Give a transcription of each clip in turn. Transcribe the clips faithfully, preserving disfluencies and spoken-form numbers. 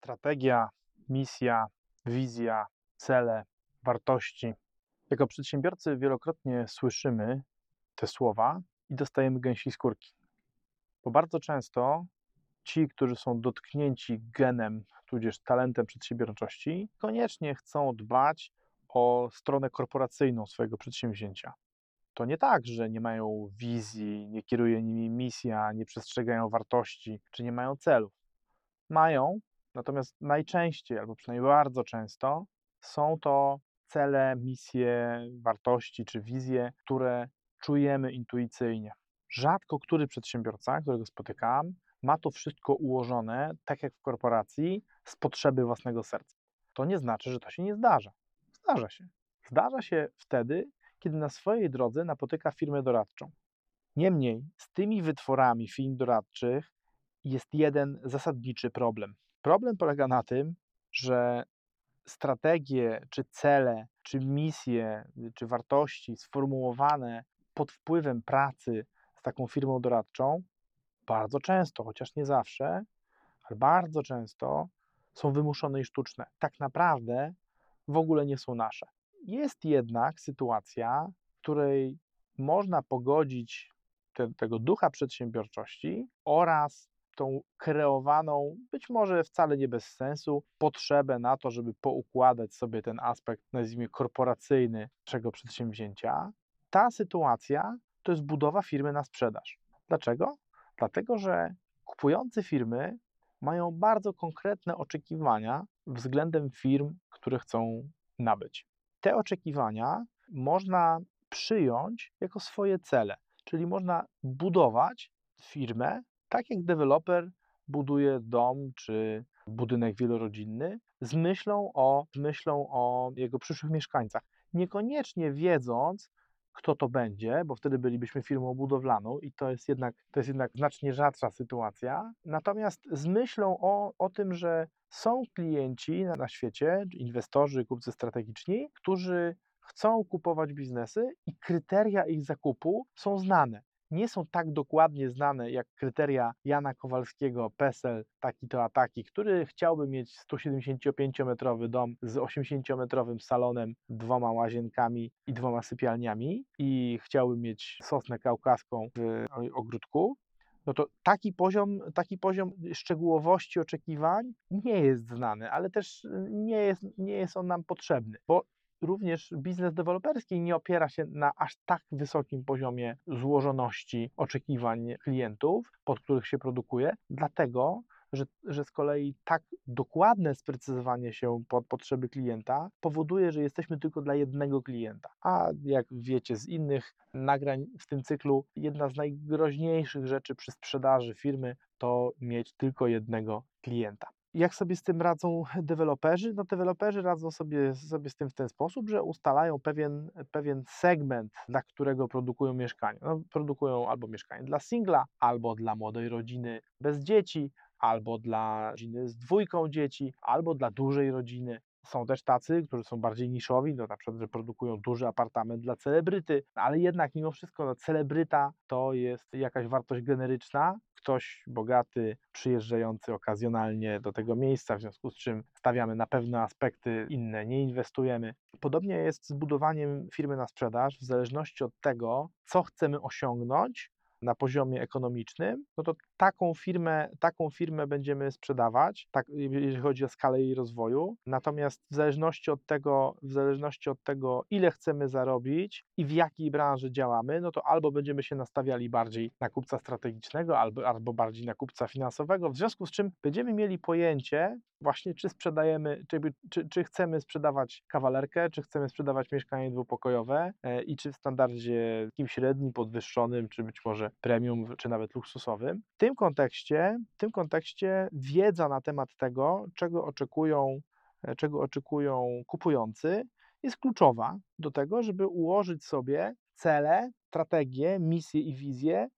Strategia, misja, wizja, cele, wartości. Jako przedsiębiorcy wielokrotnie słyszymy te słowa i dostajemy gęsiej skórki. Bo bardzo często ci, którzy są dotknięci genem, tudzież talentem przedsiębiorczości, koniecznie chcą dbać o stronę korporacyjną swojego przedsięwzięcia. To nie tak, że nie mają wizji, nie kieruje nimi misja, nie przestrzegają wartości, czy nie mają celów. Mają, natomiast najczęściej, albo przynajmniej bardzo często, są to cele, misje, wartości czy wizje, które czujemy intuicyjnie. Rzadko który przedsiębiorca, którego spotykam, ma to wszystko ułożone, tak jak w korporacji, z potrzeby własnego serca. To nie znaczy, że to się nie zdarza. Zdarza się. Zdarza się wtedy, kiedy na swojej drodze napotyka firmę doradczą. Niemniej z tymi wytworami firm doradczych jest jeden zasadniczy problem. Problem polega na tym, że strategie, czy cele, czy misje, czy wartości sformułowane pod wpływem pracy z taką firmą doradczą bardzo często, chociaż nie zawsze, ale bardzo często są wymuszone i sztuczne. Tak naprawdę w ogóle nie są nasze. Jest jednak sytuacja, w której można pogodzić te, tego ducha przedsiębiorczości oraz tą kreowaną, być może wcale nie bez sensu, potrzebę na to, żeby poukładać sobie ten aspekt, nazwijmy, korporacyjny naszego przedsięwzięcia. Ta sytuacja to jest budowa firmy na sprzedaż. Dlaczego? Dlatego, że kupujący firmy mają bardzo konkretne oczekiwania względem firm, które chcą nabyć. Te oczekiwania można przyjąć jako swoje cele, czyli można budować firmę tak jak deweloper buduje dom czy budynek wielorodzinny z myślą o, z myślą o jego przyszłych mieszkańcach. Niekoniecznie wiedząc, kto to będzie, bo wtedy bylibyśmy firmą budowlaną i to jest jednak, to jest jednak znacznie rzadsza sytuacja. Natomiast z myślą o, o tym, że są klienci na, na świecie, inwestorzy, kupcy strategiczni, którzy chcą kupować biznesy i kryteria ich zakupu są znane. Nie są tak dokładnie znane jak kryteria Jana Kowalskiego, PESEL, taki to a taki, który chciałby mieć sto siedemdziesięciopięciometrowy dom z osiemdziesięciometrowym salonem, dwoma łazienkami i dwoma sypialniami i chciałby mieć sosnę kaukaską w ogródku. No to taki poziom, taki poziom szczegółowości oczekiwań nie jest znany, ale też nie jest, nie jest on nam potrzebny, bo również biznes deweloperski nie opiera się na aż tak wysokim poziomie złożoności oczekiwań klientów, pod których się produkuje, dlatego, że, że z kolei tak dokładne sprecyzowanie się pod potrzeby klienta powoduje, że jesteśmy tylko dla jednego klienta. A jak wiecie z innych nagrań w tym cyklu, jedna z najgroźniejszych rzeczy przy sprzedaży firmy to mieć tylko jednego klienta. Jak sobie z tym radzą deweloperzy? No deweloperzy radzą sobie, sobie z tym w ten sposób, że ustalają pewien, pewien segment, dla którego produkują mieszkania. No, produkują albo mieszkanie dla singla, albo dla młodej rodziny bez dzieci, albo dla rodziny z dwójką dzieci, albo dla dużej rodziny. Są też tacy, którzy są bardziej niszowi, no na przykład, że produkują duży apartament dla celebryty, ale jednak mimo wszystko no, celebryta to jest jakaś wartość generyczna, ktoś bogaty, przyjeżdżający okazjonalnie do tego miejsca, w związku z czym stawiamy na pewne aspekty, inne nie inwestujemy. Podobnie jest z budowaniem firmy na sprzedaż, w zależności od tego, co chcemy osiągnąć na poziomie ekonomicznym, no to taką firmę, taką firmę będziemy sprzedawać, tak, jeżeli chodzi o skalę jej rozwoju. Natomiast w zależności od tego, w zależności od tego, ile chcemy zarobić i w jakiej branży działamy, no to albo będziemy się nastawiali bardziej na kupca strategicznego, albo, albo bardziej na kupca finansowego, w związku z czym będziemy mieli pojęcie właśnie, czy sprzedajemy, czy, czy, czy chcemy sprzedawać kawalerkę, czy chcemy sprzedawać mieszkanie dwupokojowe e, i czy w standardzie takim średnim, podwyższonym, czy być może premium, czy nawet luksusowym. W tym kontekście, w tym kontekście wiedza na temat tego, czego oczekują, e, czego oczekują kupujący, jest kluczowa do tego, żeby ułożyć sobie cele, strategie, misje i wizje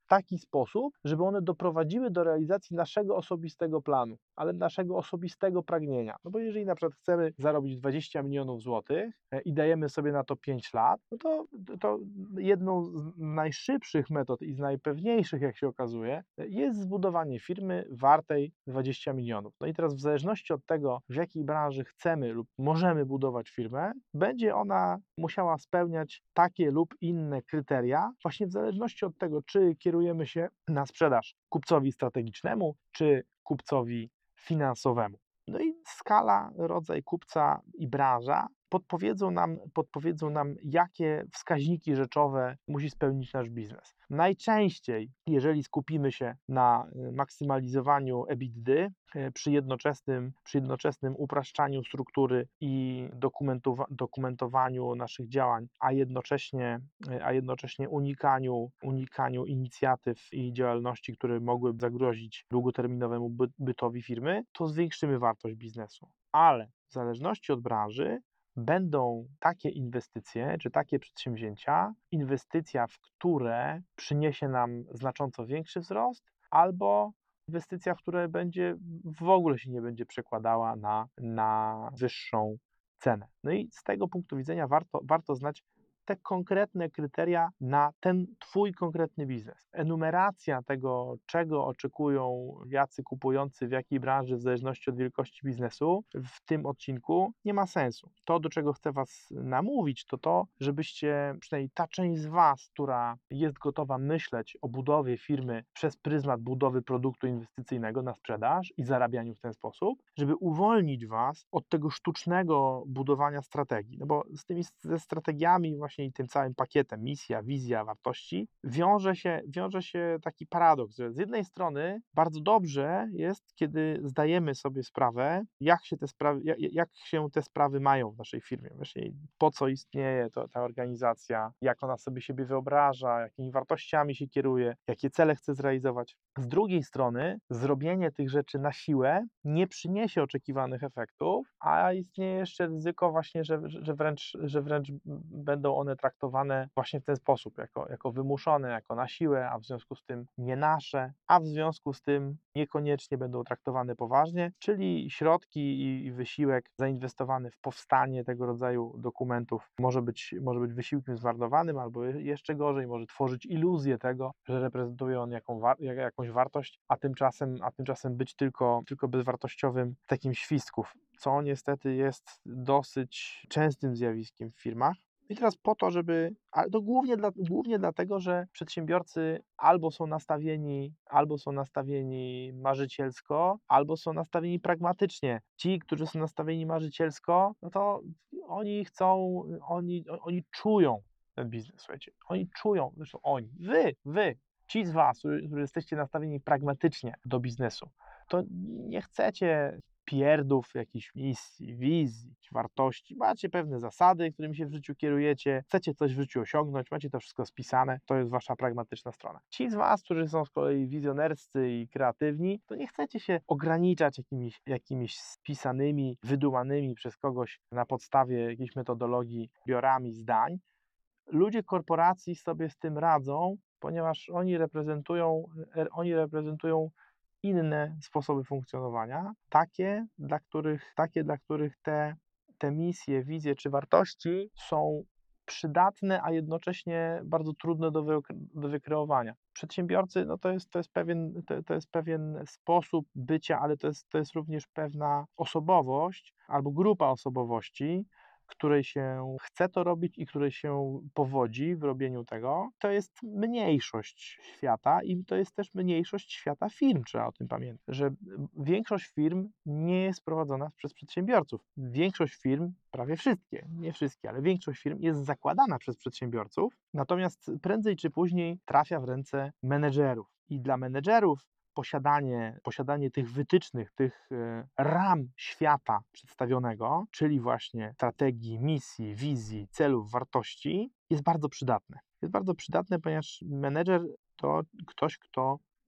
w taki sposób, żeby one doprowadziły do realizacji naszego osobistego planu, ale naszego osobistego pragnienia. No bo jeżeli na przykład chcemy zarobić dwadzieścia milionów złotych e, i dajemy sobie na to pięć lat, no to, to jedną z najszybszych metod i z najpewniejszych, jak się okazuje, jest zbudowanie firmy wartej dwadzieścia milionów. No i teraz w zależności od tego, w jakiej branży chcemy lub możemy budować firmę, będzie ona musiała spełniać takie lub inne kryteria, właśnie w zależności od tego, czy kierujemy się na sprzedaż kupcowi strategicznemu, czy kupcowi finansowemu. No i skala, rodzaj kupca i branża podpowiedzą nam, podpowiedzą nam, jakie wskaźniki rzeczowe musi spełnić nasz biznes. Najczęściej, jeżeli skupimy się na maksymalizowaniu EBITDA przy jednoczesnym, przy jednoczesnym upraszczaniu struktury i dokumentowa- dokumentowaniu naszych działań, a jednocześnie, a jednocześnie unikaniu, unikaniu inicjatyw i działalności, które mogłyby zagrozić długoterminowemu by- bytowi firmy, to zwiększymy wartość biznesu. Ale w zależności od branży będą takie inwestycje czy takie przedsięwzięcia, inwestycja, w które przyniesie nam znacząco większy wzrost, albo inwestycja, w które będzie w ogóle się nie będzie przekładała na, na wyższą cenę. No i z tego punktu widzenia warto, warto znać te konkretne kryteria na ten Twój konkretny biznes. Enumeracja tego, czego oczekują jacy kupujący w jakiej branży, w zależności od wielkości biznesu, w tym odcinku nie ma sensu. To, do czego chcę Was namówić, to to, żebyście, przynajmniej ta część z Was, która jest gotowa myśleć o budowie firmy przez pryzmat budowy produktu inwestycyjnego na sprzedaż i zarabianiu w ten sposób, żeby uwolnić Was od tego sztucznego budowania strategii. No bo z tymi ze strategiami właśnie i tym całym pakietem misja, wizja, wartości wiąże się, wiąże się taki paradoks, że z jednej strony bardzo dobrze jest, kiedy zdajemy sobie sprawę, jak się te sprawy, jak, jak się te sprawy mają w naszej firmie, właśnie po co istnieje to, ta organizacja, jak ona sobie siebie wyobraża, jakimi wartościami się kieruje, jakie cele chce zrealizować. Z drugiej strony zrobienie tych rzeczy na siłę nie przyniesie oczekiwanych efektów, a istnieje jeszcze ryzyko właśnie, że, że, wręcz, że wręcz będą one traktowane właśnie w ten sposób, jako, jako wymuszone, jako na siłę, a w związku z tym nie nasze, a w związku z tym niekoniecznie będą traktowane poważnie, czyli środki i, i wysiłek zainwestowany w powstanie tego rodzaju dokumentów może być, może być wysiłkiem zmarnowanym, albo jeszcze gorzej, może tworzyć iluzję tego, że reprezentuje on jaką, jak, jakąś wartość, a tymczasem, a tymczasem być tylko, tylko bezwartościowym takim świstków, co niestety jest dosyć częstym zjawiskiem w firmach. I teraz po to, żeby, ale to głównie, dla, głównie dlatego, że przedsiębiorcy albo są nastawieni, albo są nastawieni marzycielsko, albo są nastawieni pragmatycznie. Ci, którzy są nastawieni marzycielsko, no to oni chcą, oni, oni czują ten biznes, słuchajcie, oni czują, zresztą oni, wy, wy, ci z Was, którzy, którzy jesteście nastawieni pragmatycznie do biznesu, to nie chcecie pierdów, jakichś misji, wizji, wartości. Macie pewne zasady, którymi się w życiu kierujecie, chcecie coś w życiu osiągnąć, macie to wszystko spisane, to jest wasza pragmatyczna strona. Ci z was, którzy są z kolei wizjonerscy i kreatywni, to nie chcecie się ograniczać jakimiś, jakimiś spisanymi, wydumanymi przez kogoś na podstawie jakiejś metodologii zbiorami zdań. Ludzie korporacji sobie z tym radzą, ponieważ oni reprezentują, oni reprezentują inne sposoby funkcjonowania, takie, dla których, takie, dla których te, te misje, wizje czy wartości są przydatne, a jednocześnie bardzo trudne do, wy, do wykreowania. Przedsiębiorcy, no to jest, to jest, pewien, to, to jest pewien sposób bycia, ale to jest, to jest również pewna osobowość albo grupa osobowości, której się chce to robić i której się powodzi w robieniu tego, to jest mniejszość świata i to jest też mniejszość świata firm, trzeba o tym pamiętać, że większość firm nie jest prowadzona przez przedsiębiorców. Większość firm, prawie wszystkie, nie wszystkie, ale większość firm jest zakładana przez przedsiębiorców, natomiast prędzej czy później trafia w ręce menedżerów. I dla menedżerów Posiadanie, posiadanie tych wytycznych, tych ram świata przedstawionego, czyli właśnie strategii, misji, wizji, celów, wartości, jest bardzo przydatne. Jest bardzo przydatne, ponieważ menedżer to ktoś, kto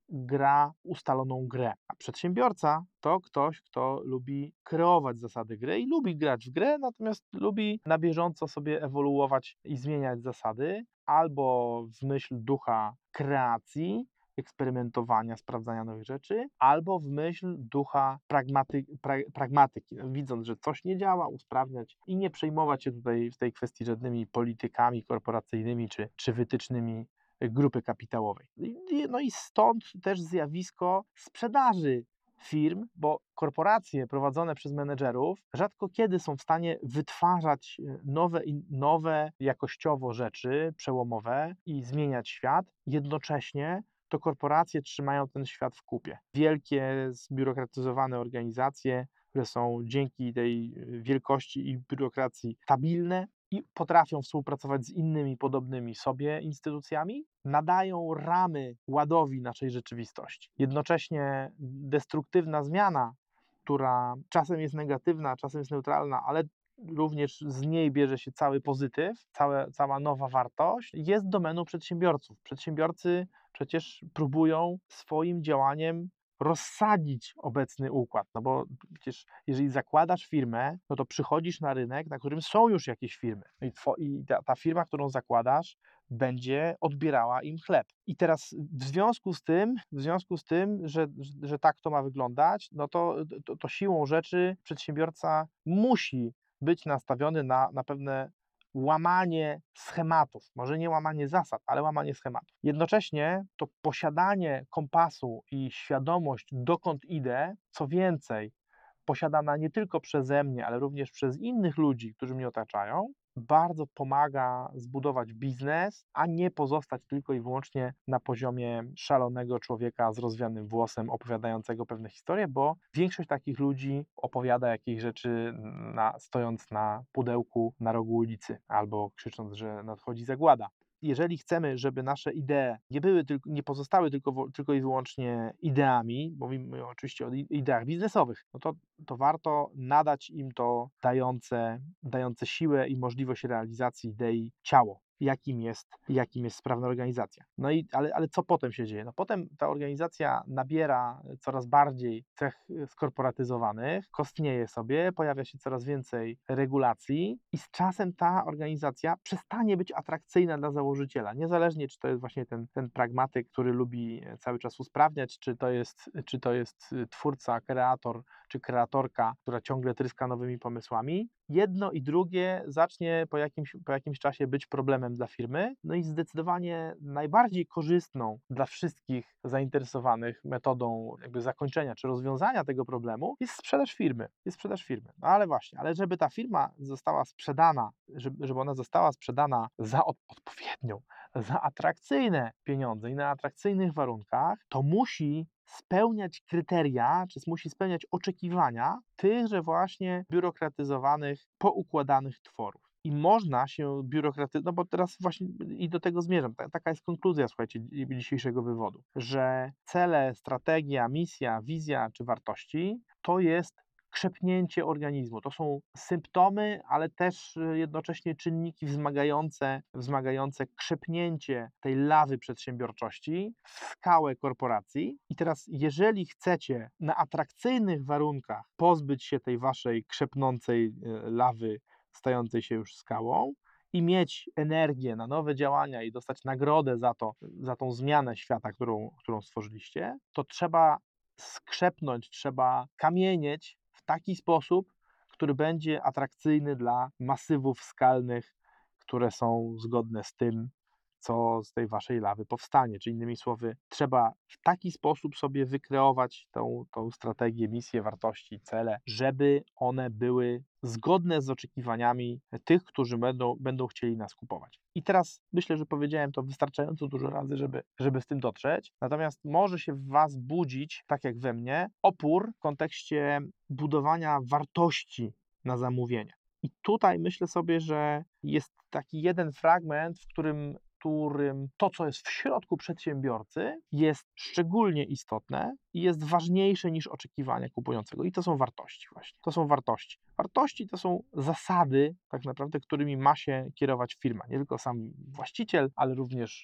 gra ustaloną grę, a przedsiębiorca to ktoś, kto lubi kreować zasady gry i lubi grać w grę, natomiast lubi na bieżąco sobie ewoluować i zmieniać zasady, albo w myśl ducha kreacji, eksperymentowania, sprawdzania nowych rzeczy, albo w myśl ducha pragmaty, pra, pragmatyki, widząc, że coś nie działa, usprawniać i nie przejmować się tutaj w tej kwestii żadnymi politykami korporacyjnymi czy, czy wytycznymi grupy kapitałowej. No i stąd też zjawisko sprzedaży firm, bo korporacje prowadzone przez menedżerów rzadko kiedy są w stanie wytwarzać nowe, nowe jakościowo rzeczy przełomowe i zmieniać świat. Jednocześnie to korporacje trzymają ten świat w kupie. Wielkie, zbiurokratyzowane organizacje, które są dzięki tej wielkości i biurokracji stabilne, i potrafią współpracować z innymi podobnymi sobie instytucjami, nadają ramy ładowi naszej rzeczywistości. Jednocześnie destruktywna zmiana, która czasem jest negatywna, czasem jest neutralna, ale również z niej bierze się cały pozytyw, całe, cała nowa wartość, jest domeną przedsiębiorców. Przedsiębiorcy przecież próbują swoim działaniem rozsadzić obecny układ, no bo przecież jeżeli zakładasz firmę, no to przychodzisz na rynek, na którym są już jakieś firmy i, two, i ta, ta firma, którą zakładasz, będzie odbierała im chleb. I teraz w związku z tym, w związku z tym, że, że tak to ma wyglądać, no to, to, to siłą rzeczy przedsiębiorca musi być nastawiony na, na pewne łamanie schematów, może nie łamanie zasad, ale łamanie schematów. Jednocześnie to posiadanie kompasu i świadomość, dokąd idę, co więcej, posiadana nie tylko przeze mnie, ale również przez innych ludzi, którzy mnie otaczają, bardzo pomaga zbudować biznes, a nie pozostać tylko i wyłącznie na poziomie szalonego człowieka z rozwianym włosem opowiadającego pewne historie, bo większość takich ludzi opowiada jakieś rzeczy na, stojąc na pudełku na rogu ulicy albo krzycząc, że nadchodzi zagłada. Jeżeli chcemy, żeby nasze idee nie były tylko, nie pozostały tylko, tylko i wyłącznie ideami, mówimy oczywiście o ideach biznesowych, no to, to warto nadać im to dające, dające siłę i możliwość realizacji idei ciało, jakim jest, jakim jest sprawna organizacja. No i, ale, ale co potem się dzieje? No potem ta organizacja nabiera coraz bardziej cech skorporatyzowanych, kostnieje sobie, pojawia się coraz więcej regulacji i z czasem ta organizacja przestanie być atrakcyjna dla założyciela, niezależnie czy to jest właśnie ten, ten pragmatyk, który lubi cały czas usprawniać, czy to jest, czy to jest twórca, kreator, czy kreatorka, która ciągle tryska nowymi pomysłami. Jedno i drugie zacznie po jakimś, po jakimś czasie być problemem dla firmy, no i zdecydowanie najbardziej korzystną dla wszystkich zainteresowanych metodą jakby zakończenia czy rozwiązania tego problemu jest sprzedaż firmy, jest sprzedaż firmy. No ale właśnie, ale żeby ta firma została sprzedana, żeby, żeby ona została sprzedana za od, odpowiednią, za atrakcyjne pieniądze i na atrakcyjnych warunkach, to musi spełniać kryteria, czy musi spełniać oczekiwania tychże właśnie biurokratyzowanych, poukładanych tworów. I można się biurokratyzować, no bo teraz właśnie i do tego zmierzam. Taka jest konkluzja, słuchajcie, dzisiejszego wywodu, że cele, strategia, misja, wizja czy wartości to jest krzepnięcie organizmu. To są symptomy, ale też jednocześnie czynniki wzmagające, wzmagające krzepnięcie tej lawy przedsiębiorczości w skałę korporacji. I teraz, jeżeli chcecie na atrakcyjnych warunkach pozbyć się tej waszej krzepnącej lawy, stającej się już skałą, i mieć energię na nowe działania i dostać nagrodę za to, za tą zmianę świata, którą, którą stworzyliście, to trzeba skrzepnąć, trzeba kamienieć w taki sposób, który będzie atrakcyjny dla masywów skalnych, które są zgodne z tym, co z tej waszej lawy powstanie. Czyli innymi słowy, trzeba w taki sposób sobie wykreować tą, tą strategię, misję, wartości, cele, żeby one były zgodne z oczekiwaniami tych, którzy będą, będą chcieli nas kupować. I teraz myślę, że powiedziałem to wystarczająco dużo razy, żeby, żeby z tym dotrzeć. Natomiast może się w was budzić, tak jak we mnie, opór w kontekście budowania wartości na zamówienie. I tutaj myślę sobie, że jest taki jeden fragment, w którym którym to, co jest w środku przedsiębiorcy, jest szczególnie istotne i jest ważniejsze niż oczekiwania kupującego. I to są wartości właśnie. To są wartości. Wartości to są zasady, tak naprawdę, którymi ma się kierować firma. Nie tylko sam właściciel, ale również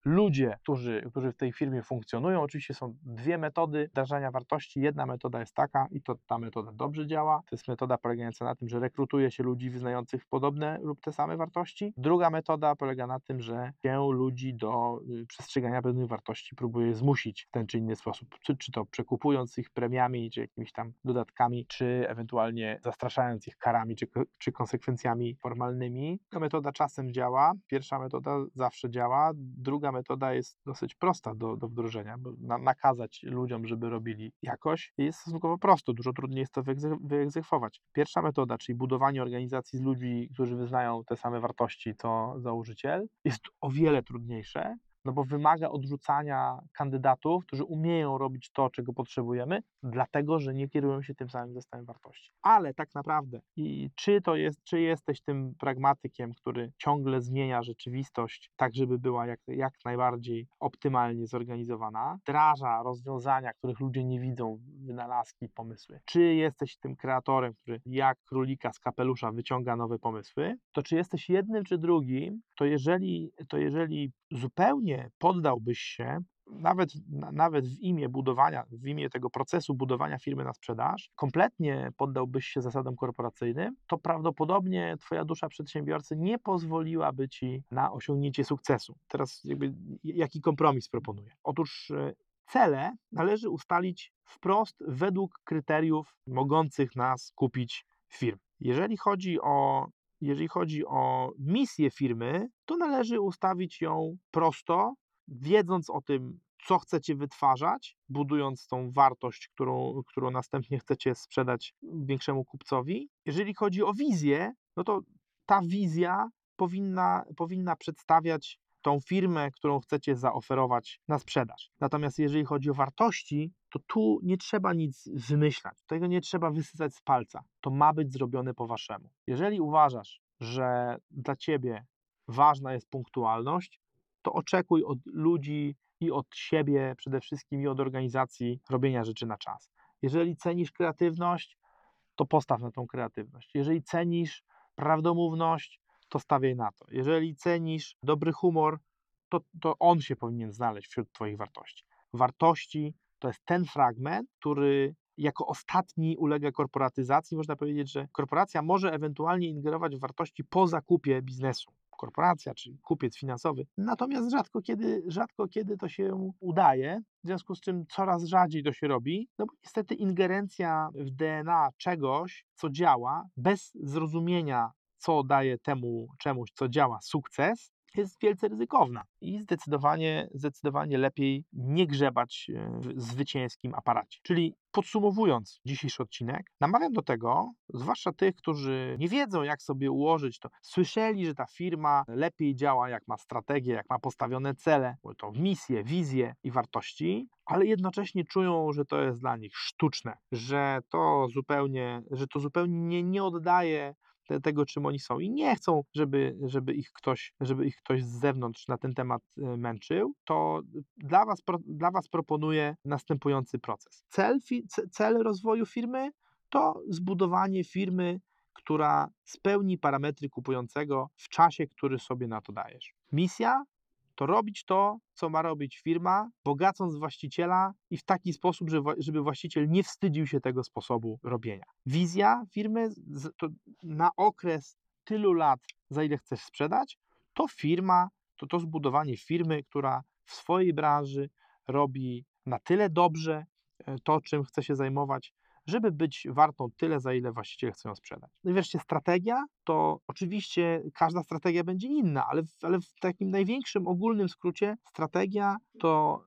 ludzie, którzy, którzy w tej firmie funkcjonują. Oczywiście są dwie metody wdrażania wartości. Jedna metoda jest taka i to ta metoda dobrze działa. To jest metoda polegająca na tym, że rekrutuje się ludzi wyznających podobne lub te same wartości. Druga metoda polega na tym, że się ludzi do y, przestrzegania pewnych wartości próbuje zmusić w ten czy inny sposób. Czy, czy to przekupując ich premiami, czy jakimiś tam dodatkami, czy ewentualnie zastraszając ich karami, czy, czy konsekwencjami formalnymi. Ta metoda czasem działa. Pierwsza metoda zawsze działa. Druga metoda jest dosyć prosta do, do wdrożenia, bo na, nakazać ludziom, żeby robili jakoś, jest stosunkowo prosto. Dużo trudniej jest to wyegze- wyegzekwować. Pierwsza metoda, czyli budowanie organizacji z ludzi, którzy wyznają te same wartości co założyciel, jest o wiele trudniejsze, no bo wymaga odrzucania kandydatów, którzy umieją robić to, czego potrzebujemy, dlatego, że nie kierują się tym samym zestawem wartości. Ale tak naprawdę, i czy to jest, czy jesteś tym pragmatykiem, który ciągle zmienia rzeczywistość tak, żeby była jak, jak najbardziej optymalnie zorganizowana, wdraża rozwiązania, których ludzie nie widzą, wynalazki, pomysły, czy jesteś tym kreatorem, który jak królika z kapelusza wyciąga nowe pomysły, to czy jesteś jednym czy drugim, to jeżeli, to jeżeli zupełnie poddałbyś się, nawet, nawet w imię budowania, w imię tego procesu budowania firmy na sprzedaż, kompletnie poddałbyś się zasadom korporacyjnym, to prawdopodobnie twoja dusza przedsiębiorcy nie pozwoliłaby ci na osiągnięcie sukcesu. Teraz jakby jaki kompromis proponuję? Otóż cele należy ustalić wprost według kryteriów mogących nas kupić firm. Jeżeli chodzi o Jeżeli chodzi o misję firmy, to należy ustawić ją prosto, wiedząc o tym, co chcecie wytwarzać, budując tą wartość, którą, którą następnie chcecie sprzedać większemu kupcowi. Jeżeli chodzi o wizję, no to ta wizja powinna, powinna przedstawiać tą firmę, którą chcecie zaoferować na sprzedaż. Natomiast jeżeli chodzi o wartości, to tu nie trzeba nic wymyślać, tego nie trzeba wysycać z palca. To ma być zrobione po waszemu. Jeżeli uważasz, że dla ciebie ważna jest punktualność, to oczekuj od ludzi i od siebie przede wszystkim i od organizacji robienia rzeczy na czas. Jeżeli cenisz kreatywność, to postaw na tą kreatywność. Jeżeli cenisz prawdomówność, to stawiaj na to. Jeżeli cenisz dobry humor, to, to on się powinien znaleźć wśród twoich wartości. Wartości to jest ten fragment, który jako ostatni ulega korporatyzacji. Można powiedzieć, że korporacja może ewentualnie ingerować w wartości po zakupie biznesu. Korporacja czy kupiec finansowy. Natomiast rzadko kiedy, rzadko kiedy to się udaje, w związku z czym coraz rzadziej to się robi, no bo niestety ingerencja w D N A czegoś, co działa, bez zrozumienia, co daje temu czemuś, co działa, sukces, jest wielce ryzykowna i zdecydowanie, zdecydowanie lepiej nie grzebać w zwycięskim aparacie. Czyli podsumowując dzisiejszy odcinek, namawiam do tego, zwłaszcza tych, którzy nie wiedzą, jak sobie ułożyć to. Słyszeli, że ta firma lepiej działa, jak ma strategię, jak ma postawione cele, to misję, wizję i wartości, ale jednocześnie czują, że to jest dla nich sztuczne, że to zupełnie, że to zupełnie nie, nie oddaje tego, czym oni są i nie chcą, żeby, żeby, ich ktoś, żeby ich ktoś z zewnątrz na ten temat męczył, to dla was, dla was proponuję następujący proces. Cel, cel rozwoju firmy to zbudowanie firmy, która spełni parametry kupującego w czasie, który sobie na to dajesz. Misja to robić to, co ma robić firma, bogacąc właściciela i w taki sposób, żeby właściciel nie wstydził się tego sposobu robienia. Wizja firmy to na okres tylu lat, za ile chcesz sprzedać, to firma, to to zbudowanie firmy, która w swojej branży robi na tyle dobrze to, czym chce się zajmować, żeby być wartą tyle, za ile właściciele chcą ją sprzedać. No i wreszcie strategia, to oczywiście każda strategia będzie inna, ale w, ale w takim największym, ogólnym skrócie strategia to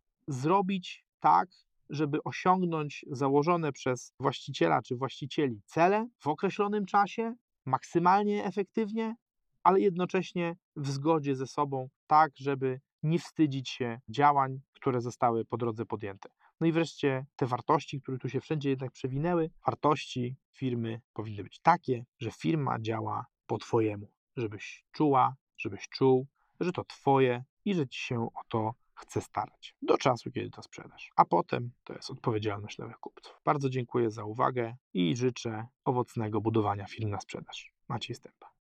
zrobić tak, żeby osiągnąć założone przez właściciela czy właścicieli cele w określonym czasie, maksymalnie efektywnie, ale jednocześnie w zgodzie ze sobą, tak, żeby nie wstydzić się działań, które zostały po drodze podjęte. No i wreszcie te wartości, które tu się wszędzie jednak przewinęły, wartości firmy powinny być takie, że firma działa po twojemu, żebyś czuła, żebyś czuł, że to twoje i że ci się o to chce starać do czasu, kiedy to sprzedasz. A potem to jest odpowiedzialność nowych kupców. Bardzo dziękuję za uwagę i życzę owocnego budowania firm na sprzedaż. Maciej Stępa.